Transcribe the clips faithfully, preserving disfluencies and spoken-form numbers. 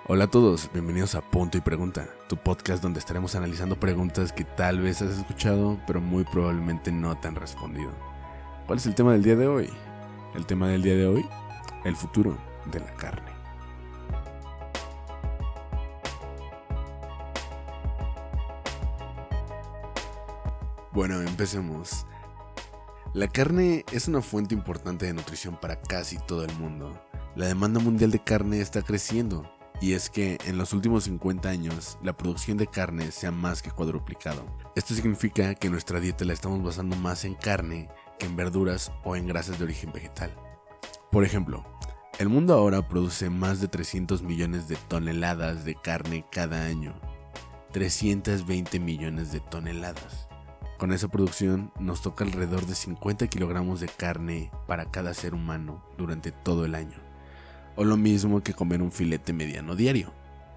Hola a todos, bienvenidos a Punto y Pregunta, tu podcast donde estaremos analizando preguntas que tal vez has escuchado, pero muy probablemente no te han respondido. ¿Cuál es el tema del día de hoy? El tema del día de hoy, el futuro de la carne. Bueno, empecemos. La carne es una fuente importante de nutrición para casi todo el mundo. La demanda mundial de carne está creciendo. Y es que en los últimos cincuenta años la producción de carne se ha más que cuadruplicado. Esto significa que nuestra dieta la estamos basando más en carne que en verduras o en grasas de origen vegetal. Por ejemplo, el mundo ahora produce más de trescientos millones de toneladas de carne cada año. trescientos veinte millones de toneladas. Con esa producción nos toca alrededor de cincuenta kilogramos de carne para cada ser humano durante todo el año. O lo mismo que comer un filete mediano diario.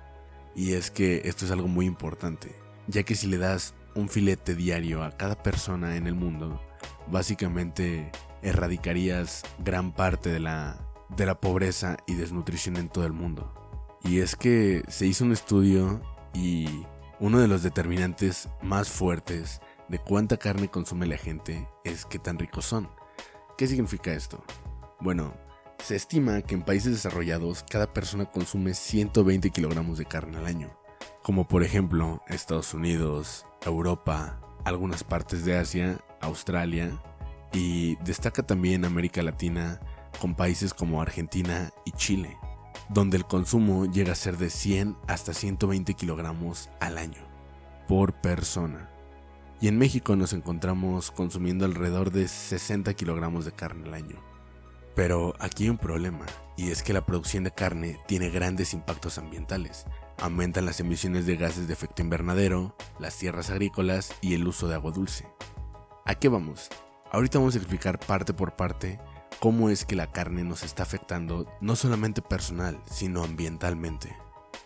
Y es que esto es algo muy importante, ya que si le das un filete diario a cada persona en el mundo, básicamente erradicarías gran parte de la, de la pobreza y desnutrición en todo el mundo. Y es que se hizo un estudio y uno de los determinantes más fuertes de cuánta carne consume la gente es qué tan ricos son. ¿Qué significa esto? Bueno, se estima que en países desarrollados cada persona consume ciento veinte kilogramos de carne al año, como por ejemplo Estados Unidos, Europa, algunas partes de Asia, Australia, y destaca también América Latina con países como Argentina y Chile, donde el consumo llega a ser de cien hasta ciento veinte kilogramos al año, por persona. Y en México nos encontramos consumiendo alrededor de sesenta kilogramos de carne al año. Pero aquí hay un problema, y es que la producción de carne tiene grandes impactos ambientales. Aumentan las emisiones de gases de efecto invernadero, las tierras agrícolas y el uso de agua dulce. ¿A qué vamos? Ahorita vamos a explicar parte por parte cómo es que la carne nos está afectando no solamente personal, sino ambientalmente.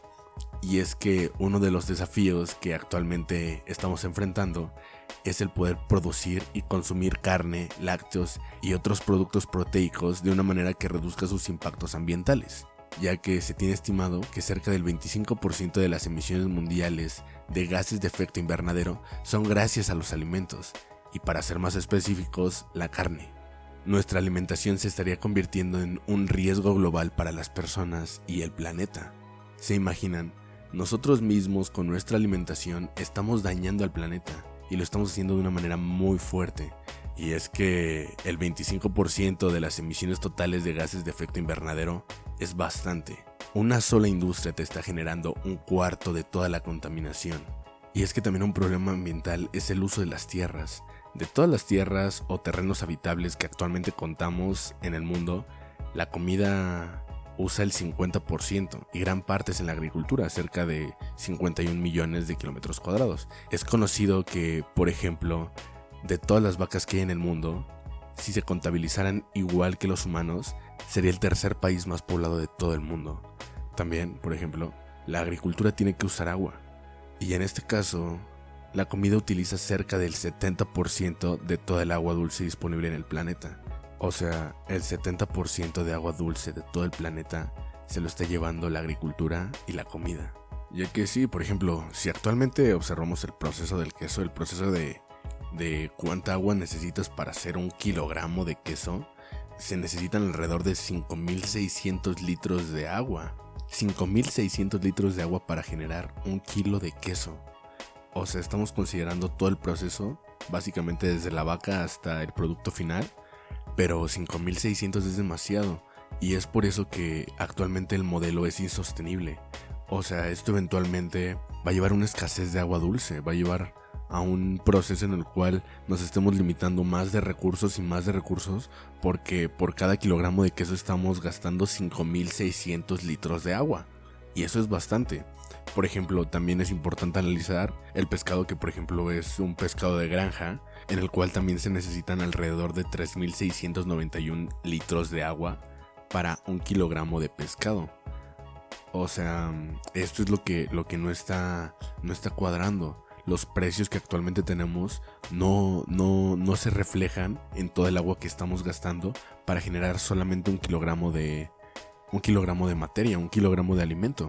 Y es que uno de los desafíos que actualmente estamos enfrentando es el poder producir y consumir carne, lácteos y otros productos proteicos de una manera que reduzca sus impactos ambientales, ya que se tiene estimado que cerca del veinticinco por ciento de las emisiones mundiales de gases de efecto invernadero son gracias a los alimentos, y para ser más específicos, la carne. Nuestra alimentación se estaría convirtiendo en un riesgo global para las personas y el planeta. ¿Se imaginan? Nosotros mismos con nuestra alimentación estamos dañando al planeta y lo estamos haciendo de una manera muy fuerte. Y es que el veinticinco por ciento de las emisiones totales de gases de efecto invernadero es bastante. Una sola industria te está generando un cuarto de toda la contaminación. Y es que también un problema ambiental es el uso de las tierras. De todas las tierras o terrenos habitables que actualmente contamos en el mundo, la comida usa el cincuenta por ciento y gran parte es en la agricultura, cerca de cincuenta y un millones de kilómetros cuadrados. Es conocido que, por ejemplo, de todas las vacas que hay en el mundo, si se contabilizaran igual que los humanos, sería el tercer país más poblado de todo el mundo. También, por ejemplo, la agricultura tiene que usar agua. Y en este caso, la comida utiliza cerca del setenta por ciento de toda el agua dulce disponible en el planeta. O sea, el setenta por ciento de agua dulce de todo el planeta se lo está llevando la agricultura y la comida. Ya que sí, por ejemplo, si actualmente observamos el proceso del queso, el proceso de, de cuánta agua necesitas para hacer un kilogramo de queso, se necesitan alrededor de cinco mil seiscientos litros de agua. cinco mil seiscientos litros de agua para generar un kilo de queso. O sea, estamos considerando todo el proceso, básicamente desde la vaca hasta el producto final. Pero cinco mil seiscientos es demasiado, y es por eso que actualmente el modelo es insostenible. O sea, esto eventualmente va a llevar a una escasez de agua dulce, va a llevar a un proceso en el cual nos estemos limitando más de recursos y más de recursos, porque por cada kilogramo de queso estamos gastando cinco mil seiscientos litros de agua, y eso es bastante. Por ejemplo, también es importante analizar el pescado, que por ejemplo es un pescado de granja, en el cual también se necesitan alrededor de tres mil seiscientos noventa y uno litros de agua para un kilogramo de pescado. O sea, esto es lo que, lo que no está, no está cuadrando. Los precios que actualmente tenemos no, no, no se reflejan en todo el agua que estamos gastando para generar solamente un kilogramo de, un kilogramo de materia, un kilogramo de alimento.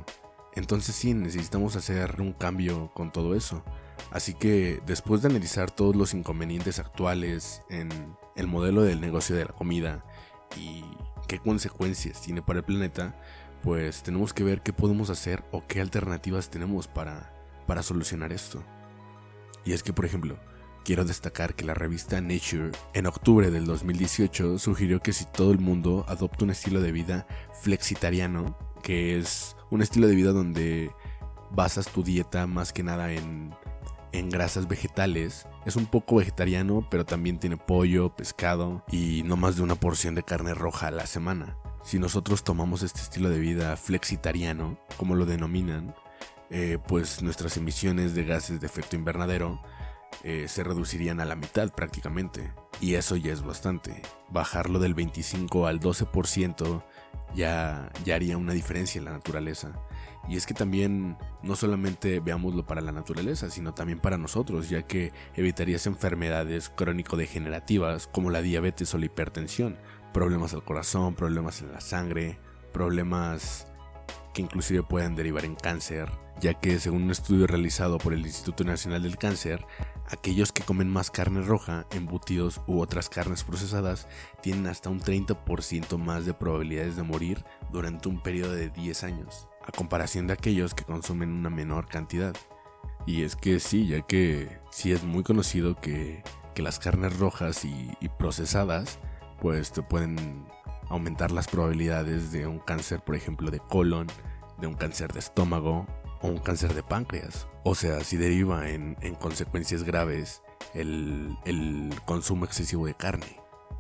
Entonces sí, necesitamos hacer un cambio con todo eso. Así que después de analizar todos los inconvenientes actuales en el modelo del negocio de la comida y qué consecuencias tiene para el planeta, pues tenemos que ver qué podemos hacer o qué alternativas tenemos para, para solucionar esto. Y es que, por ejemplo, quiero destacar que la revista Nature en octubre del dos mil dieciocho sugirió que si todo el mundo adopta un estilo de vida flexitariano, que es un estilo de vida donde basas tu dieta más que nada en, en grasas vegetales, es un poco vegetariano, pero también tiene pollo, pescado y no más de una porción de carne roja a la semana. Si nosotros tomamos este estilo de vida flexitariano, como lo denominan, eh, pues nuestras emisiones de gases de efecto invernadero eh, se reducirían a la mitad prácticamente. Y eso ya es bastante. Bajarlo del veinticinco al doce por ciento ya, ya haría una diferencia en la naturaleza. Y es que también no solamente veámoslo para la naturaleza, sino también para nosotros, ya que evitarías enfermedades crónico-degenerativas como la diabetes o la hipertensión, problemas al corazón, problemas en la sangre, problemas que inclusive pueden derivar en cáncer, ya que según un estudio realizado por el Instituto Nacional del Cáncer, aquellos que comen más carne roja, embutidos u otras carnes procesadas tienen hasta un treinta por ciento más de probabilidades de morir durante un periodo de diez años, a comparación de aquellos que consumen una menor cantidad. Y es que sí, ya que sí es muy conocido que, que las carnes rojas y, y procesadas pues te pueden aumentar las probabilidades de un cáncer, por ejemplo, de colon, de un cáncer de estómago o un cáncer de páncreas. O sea, si deriva en, en consecuencias graves el, el consumo excesivo de carne.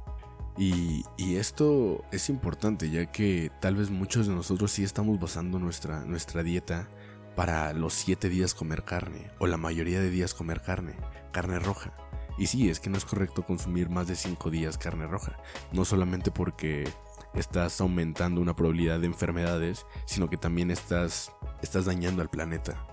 Y, y esto es importante, ya que tal vez muchos de nosotros sí estamos basando nuestra, nuestra dieta para los siete días comer carne, o la mayoría de días comer carne, carne roja. Y sí, es que no es correcto consumir más de cinco días carne roja, no solamente porque estás aumentando una probabilidad de enfermedades, sino que también estás, estás dañando al planeta.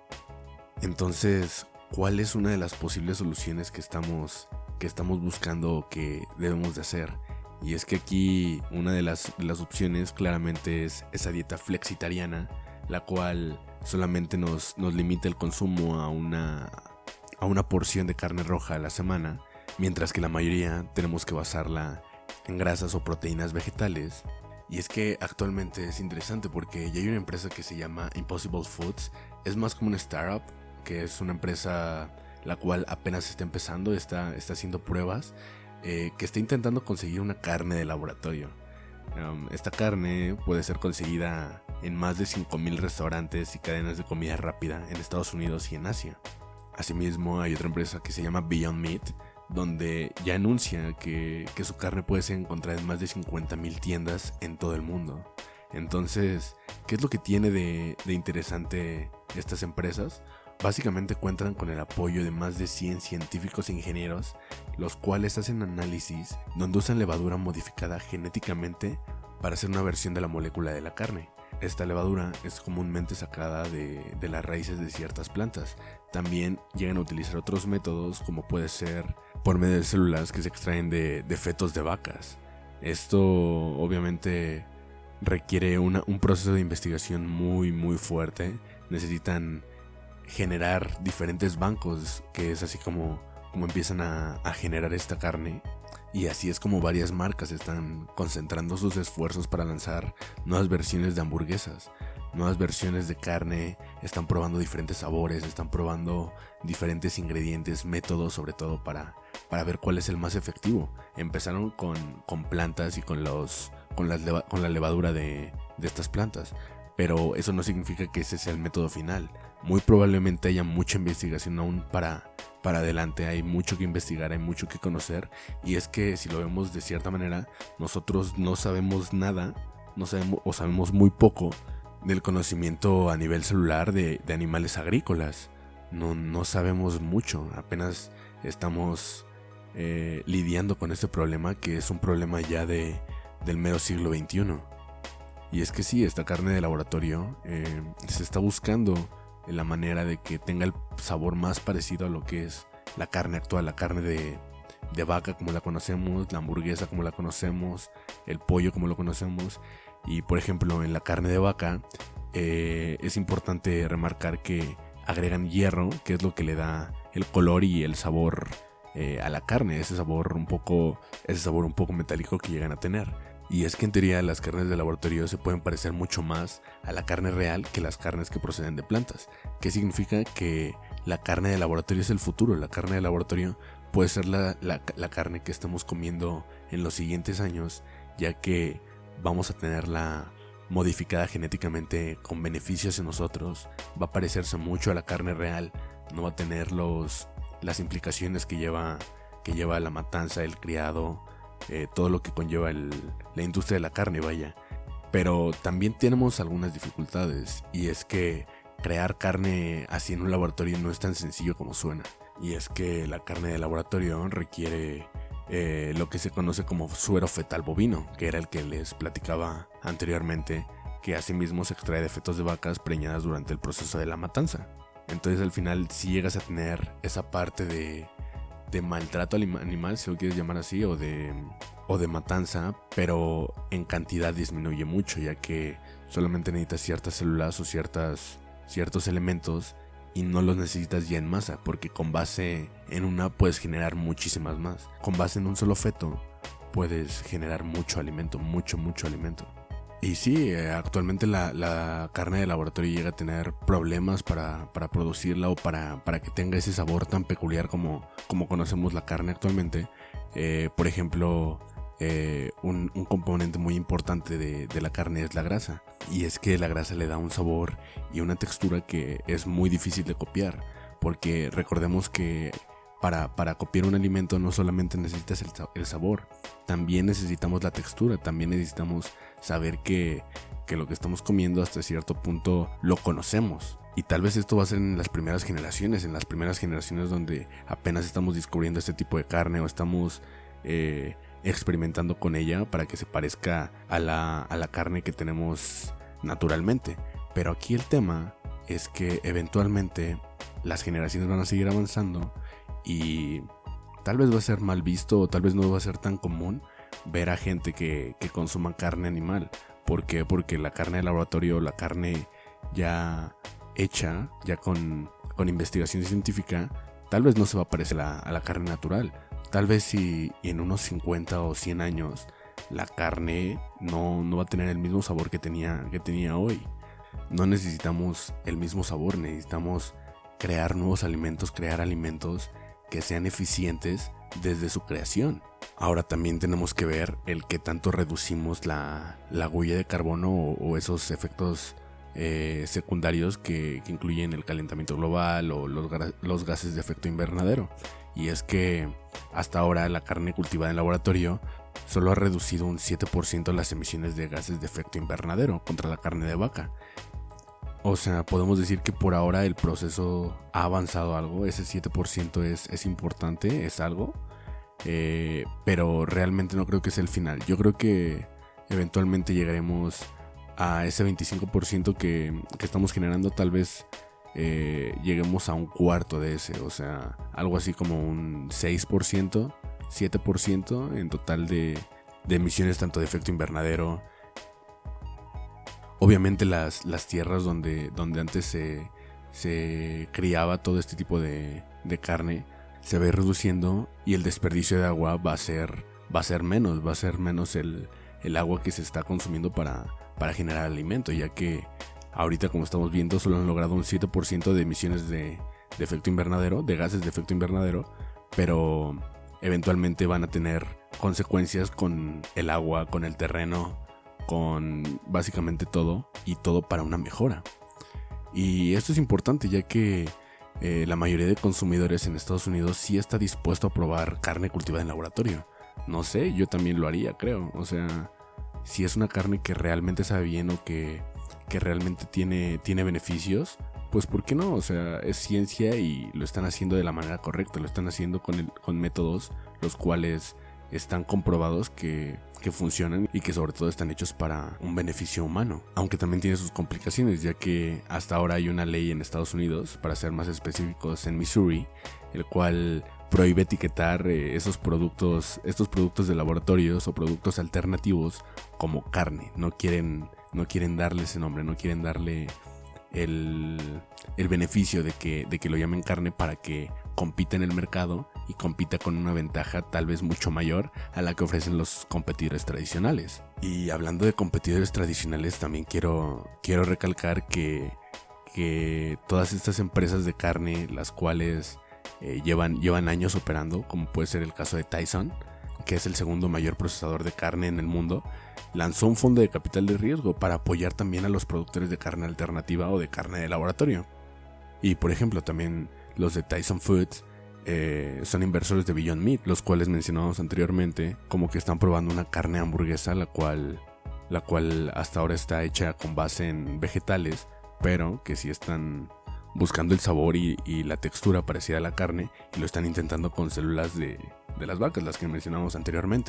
Entonces, ¿cuál es una de las posibles soluciones que estamos, que estamos buscando o que debemos de hacer? Y es que aquí una de las, de las opciones claramente es esa dieta flexitariana, la cual solamente nos, nos limita el consumo a una... a una porción de carne roja a la semana, mientras que la mayoría tenemos que basarla en grasas o proteínas vegetales. Y es que actualmente es interesante porque ya hay una empresa que se llama Impossible Foods, es más como una startup, que es una empresa la cual apenas está empezando, está, está haciendo pruebas, eh, que está intentando conseguir una carne de laboratorio. Um, esta carne puede ser conseguida en más de cinco mil restaurantes y cadenas de comida rápida en Estados Unidos y en Asia. Asimismo, hay otra empresa que se llama Beyond Meat, donde ya anuncia que, que su carne puede ser encontrada en más de cincuenta mil tiendas en todo el mundo. Entonces, ¿qué es lo que tiene de, de interesante estas empresas? Básicamente cuentan con el apoyo de más de cien científicos e ingenieros, los cuales hacen análisis donde usan levadura modificada genéticamente para hacer una versión de la molécula de la carne. Esta levadura es comúnmente sacada de, de las raíces de ciertas plantas. También llegan a utilizar otros métodos, como puede ser por medio de células que se extraen de, de fetos de vacas. Esto obviamente requiere una, un proceso de investigación muy muy fuerte. Necesitan generar diferentes bancos, que es así como, como empiezan a, a generar esta carne. Y así es como varias marcas están concentrando sus esfuerzos para lanzar nuevas versiones de hamburguesas, nuevas versiones de carne, están probando diferentes sabores, están probando diferentes ingredientes, métodos sobre todo para, para ver cuál es el más efectivo. Empezaron con, con plantas y con, los, con, las leva, con la levadura de, de estas plantas, pero eso no significa que ese sea el método final. Muy probablemente haya mucha investigación aún para... para adelante, hay mucho que investigar, hay mucho que conocer, y es que si lo vemos de cierta manera, nosotros no sabemos nada, no sabemos o sabemos muy poco del conocimiento a nivel celular de, de animales agrícolas. No, no sabemos mucho, apenas estamos eh, lidiando con este problema, que es un problema ya de, del mero siglo veintiuno. Y es que sí, esta carne de laboratorio eh, se está buscando la manera de que tenga el sabor más parecido a lo que es la carne actual, la carne de, de vaca como la conocemos, la hamburguesa como la conocemos, el pollo como lo conocemos. Y por ejemplo, en la carne de vaca eh, es importante remarcar que agregan hierro, que es lo que le da el color y el sabor eh, a la carne, ese sabor un poco, ese sabor un poco metálico que llegan a tener. Y es que en teoría las carnes de laboratorio se pueden parecer mucho más a la carne real que las carnes que proceden de plantas. ¿Qué significa? Que la carne de laboratorio es el futuro. La carne de laboratorio puede ser la, la, la carne que estamos comiendo en los siguientes años, ya que vamos a tenerla modificada genéticamente con beneficios en nosotros. Va a parecerse mucho a la carne real, no va a tener los, las implicaciones que lleva, que lleva la matanza, el criado, eh, todo lo que conlleva el, la industria de la carne, vaya. Pero también tenemos algunas dificultades, y es que crear carne así en un laboratorio no es tan sencillo como suena. Y es que la carne de laboratorio requiere eh, lo que se conoce como suero fetal bovino, que era el que les platicaba anteriormente, que asimismo se extrae de fetos de vacas preñadas durante el proceso de la matanza. Entonces al final si llegas a tener esa parte de, de maltrato animal, si lo quieres llamar así, o de, o de matanza, pero en cantidad disminuye mucho, ya que solamente necesitas ciertas células o ciertas, ciertos elementos y no los necesitas ya en masa, porque con base en una puedes generar muchísimas más. Con base en un solo feto puedes generar mucho alimento, mucho, mucho alimento. Y sí, eh, actualmente la, la carne de laboratorio llega a tener problemas para, para producirla o para, para que tenga ese sabor tan peculiar como, como conocemos la carne actualmente. Eh, por ejemplo, eh, un, un componente muy importante de, de la carne es la grasa. Y es que la grasa le da un sabor y una textura que es muy difícil de copiar. Porque recordemos que para, para copiar un alimento no solamente necesitas el, el sabor, también necesitamos la textura, también necesitamos saber que, que lo que estamos comiendo hasta cierto punto lo conocemos. Y tal vez esto va a ser en las primeras generaciones, en las primeras generaciones donde apenas estamos descubriendo este tipo de carne o estamos eh, experimentando con ella para que se parezca a la, a la carne que tenemos naturalmente. Pero aquí el tema es que eventualmente las generaciones van a seguir avanzando y tal vez va a ser mal visto o tal vez no va a ser tan común ver a gente que, que consuma carne animal. ¿Por qué? Porque la carne de laboratorio, la carne ya hecha, ya con, con investigación científica, tal vez no se va a parecer a, a la carne natural. Tal vez si en unos cincuenta o cien años la carne no, no va a tener el mismo sabor que tenía, que tenía hoy. No necesitamos el mismo sabor, necesitamos crear nuevos alimentos, crear alimentos que sean eficientes desde su creación. Ahora también tenemos que ver el que tanto reducimos la, la huella de carbono o, o esos efectos eh, secundarios que, que incluyen el calentamiento global o los, los gases de efecto invernadero. Y es que hasta ahora la carne cultivada en laboratorio solo ha reducido un siete por ciento las emisiones de gases de efecto invernadero contra la carne de vaca. O sea, podemos decir que por ahora el proceso ha avanzado algo, ese siete por ciento es, es importante, es algo, eh, pero realmente no creo que sea el final. Yo creo que eventualmente llegaremos a ese veinticinco por ciento que, que estamos generando, tal vez eh, lleguemos a un cuarto de ese, o sea, algo así como un seis por ciento, siete por ciento en total de, de emisiones tanto de efecto invernadero. Obviamente las, las tierras donde, donde antes se, se criaba todo este tipo de, de carne se va a ir reduciendo y el desperdicio de agua va a ser, va a ser menos, va a ser menos el, el agua que se está consumiendo para, para generar alimento, ya que ahorita, como estamos viendo, solo han logrado un siete por ciento de emisiones de, de efecto invernadero, de gases de efecto invernadero, pero eventualmente van a tener consecuencias con el agua, con el terreno, con básicamente todo, y todo para una mejora. Y esto es importante, ya que eh, la mayoría de consumidores en Estados Unidos sí está dispuesto a probar carne cultivada en laboratorio. No sé, yo también lo haría, creo. O sea, si es una carne que realmente sabe bien o que, que realmente tiene, tiene beneficios, pues ¿por qué no? O sea, es ciencia y lo están haciendo de la manera correcta, lo están haciendo con, el, con métodos los cuales están comprobados que, que funcionan y que sobre todo están hechos para un beneficio humano, aunque también tiene sus complicaciones, ya que hasta ahora hay una ley en Estados Unidos, para ser más específicos en Missouri, el cual prohíbe etiquetar eh, esos productos, estos productos de laboratorios o productos alternativos como carne. No quieren, no quieren darle ese nombre, no quieren darle el, el beneficio de que, de que lo llamen carne para que compita en el mercado y compita con una ventaja tal vez mucho mayor a la que ofrecen los competidores tradicionales. Y hablando de competidores tradicionales, también quiero, quiero recalcar que, que todas estas empresas de carne, las cuales eh, llevan, llevan años operando, como puede ser el caso de Tyson, que es el segundo mayor procesador de carne en el mundo, lanzó un fondo de capital de riesgo para apoyar también a los productores de carne alternativa o de carne de laboratorio. Y por ejemplo también los de Tyson Foods eh, son inversores de Beyond Meat, los cuales mencionamos anteriormente, como que están probando una carne hamburguesa, la cual, la cual hasta ahora está hecha con base en vegetales, pero que sí están buscando el sabor y, y la textura parecida a la carne, y lo están intentando con células de, de las vacas, las que mencionamos anteriormente.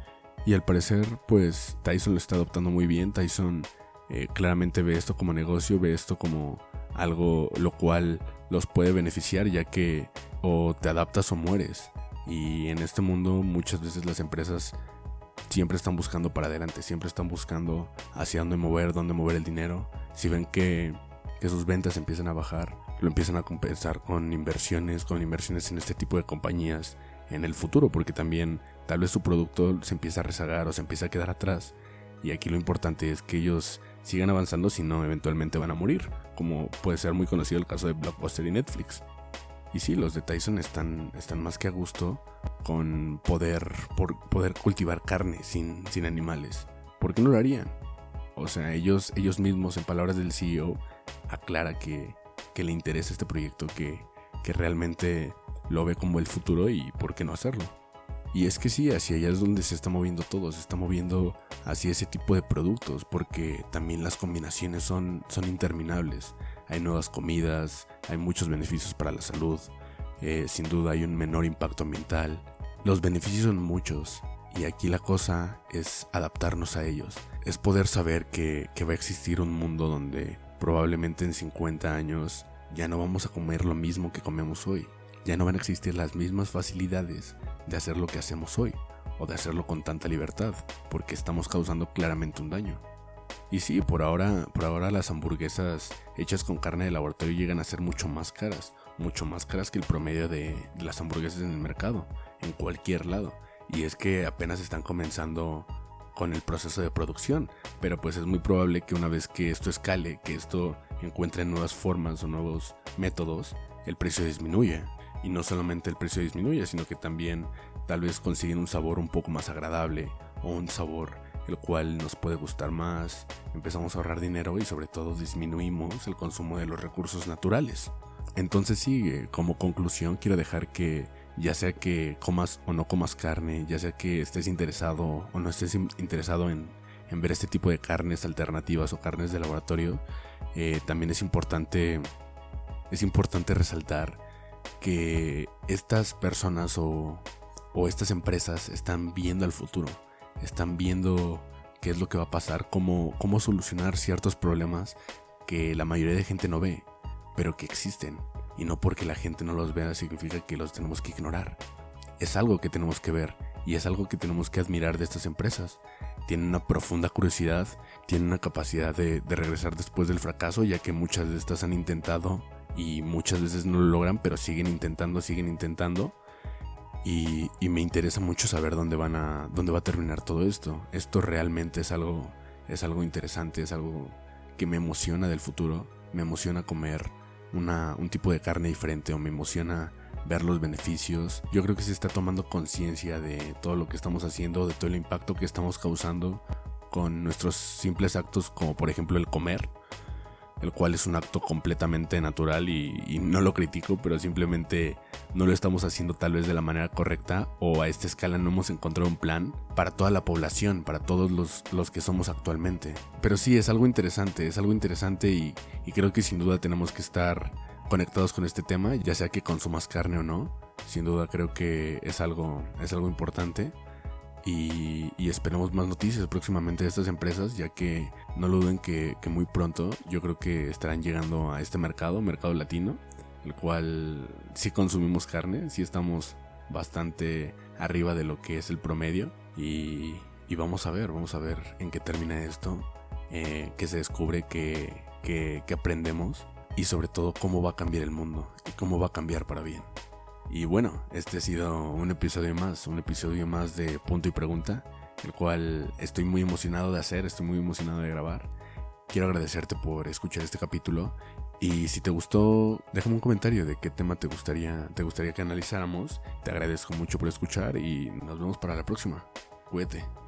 Y al parecer, pues Tyson lo está adoptando muy bien. Tyson eh, claramente ve esto como negocio, ve esto como algo lo cual los puede beneficiar, ya que o te adaptas o mueres. Y en este mundo muchas veces las empresas siempre están buscando para adelante, siempre están buscando hacia dónde mover, dónde mover el dinero. Si ven que, que sus ventas empiezan a bajar, lo empiezan a compensar con inversiones, con inversiones en este tipo de compañías en el futuro, porque también tal vez su producto se empieza a rezagar o se empieza a quedar atrás. Y aquí lo importante es que ellos sigan avanzando, si no eventualmente van a morir, como puede ser muy conocido el caso de Blockbuster y Netflix. Y sí, los de Tyson están, están más que a gusto con poder, por poder cultivar carne sin, sin animales. ¿Por qué no lo harían? O sea, ellos, ellos mismos, en palabras del C E O, aclara que, que le interesa este proyecto, que, que realmente lo ve como el futuro y por qué no hacerlo. Y es que sí, hacia allá es donde se está moviendo todo, se está moviendo hacia ese tipo de productos, porque también las combinaciones son, son interminables. Hay nuevas comidas, hay muchos beneficios para la salud, eh, sin duda hay un menor impacto ambiental. Los beneficios son muchos, y aquí la cosa es adaptarnos a ellos. Es poder saber que, que va a existir un mundo donde probablemente en cincuenta años ya no vamos a comer lo mismo que comemos hoy. Ya no van a existir las mismas facilidades de hacer lo que hacemos hoy, o de hacerlo con tanta libertad, porque estamos causando claramente un daño. Y sí, por ahora, por ahora las hamburguesas hechas con carne de laboratorio llegan a ser mucho más caras, mucho más caras que el promedio de, de las hamburguesas en el mercado, en cualquier lado. Y es que apenas están comenzando con el proceso de producción, pero pues es muy probable que una vez que esto escale, que esto encuentre nuevas formas o nuevos métodos, el precio disminuya. Y no solamente el precio disminuye, sino que también tal vez consiguen un sabor un poco más agradable, o un sabor el cual nos puede gustar más. Empezamos a ahorrar dinero y sobre todo disminuimos el consumo de los recursos naturales. Entonces sí, como conclusión quiero dejar que ya sea que comas o no comas carne, ya sea que estés interesado o no estés interesado en, en ver este tipo de carnes alternativas o carnes de laboratorio, eh, también es importante, es importante resaltar que estas personas o, o estas empresas están viendo al futuro, están viendo qué es lo que va a pasar, cómo, cómo solucionar ciertos problemas que la mayoría de gente no ve, pero que existen. Y no porque la gente no los vea significa que los tenemos que ignorar. Es algo que tenemos que ver y es algo que tenemos que admirar de estas empresas. Tienen una profunda curiosidad, tienen una capacidad de, de regresar después del fracaso, ya que muchas de estas han intentado y muchas veces no lo logran, pero siguen intentando, siguen intentando. Y, y me interesa mucho saber dónde van a, dónde va a terminar todo esto. Esto realmente es algo, es algo interesante, es algo que me emociona del futuro. Me emociona comer una, un tipo de carne diferente, o me emociona ver los beneficios. Yo creo que se está tomando conciencia de todo lo que estamos haciendo, de todo el impacto que estamos causando con nuestros simples actos, como por ejemplo el comer, el cual es un acto completamente natural y, y no lo critico, pero simplemente no lo estamos haciendo tal vez de la manera correcta, o a esta escala no hemos encontrado un plan para toda la población, para todos los, los que somos actualmente. Pero sí, es algo interesante, es algo interesante y, y creo que sin duda tenemos que estar conectados con este tema, ya sea que consumas carne o no. Sin duda creo que es algo, es algo importante. Y, y esperemos más noticias próximamente de estas empresas, ya que no lo duden que, que muy pronto yo creo que estarán llegando a este mercado, mercado latino, el cual sí consumimos carne, sí estamos bastante arriba de lo que es el promedio, y, y vamos a ver, vamos a ver en qué termina esto, eh, que se descubre, que, que, que aprendemos, y sobre todo cómo va a cambiar el mundo y cómo va a cambiar para bien. Y bueno, este ha sido un episodio más, un episodio más de Punto y Pregunta, el cual estoy muy emocionado de hacer, estoy muy emocionado de grabar. Quiero agradecerte por escuchar este capítulo, y si te gustó, déjame un comentario de qué tema te gustaría, te gustaría que analizáramos. Te agradezco mucho por escuchar y nos vemos para la próxima. Cuídate.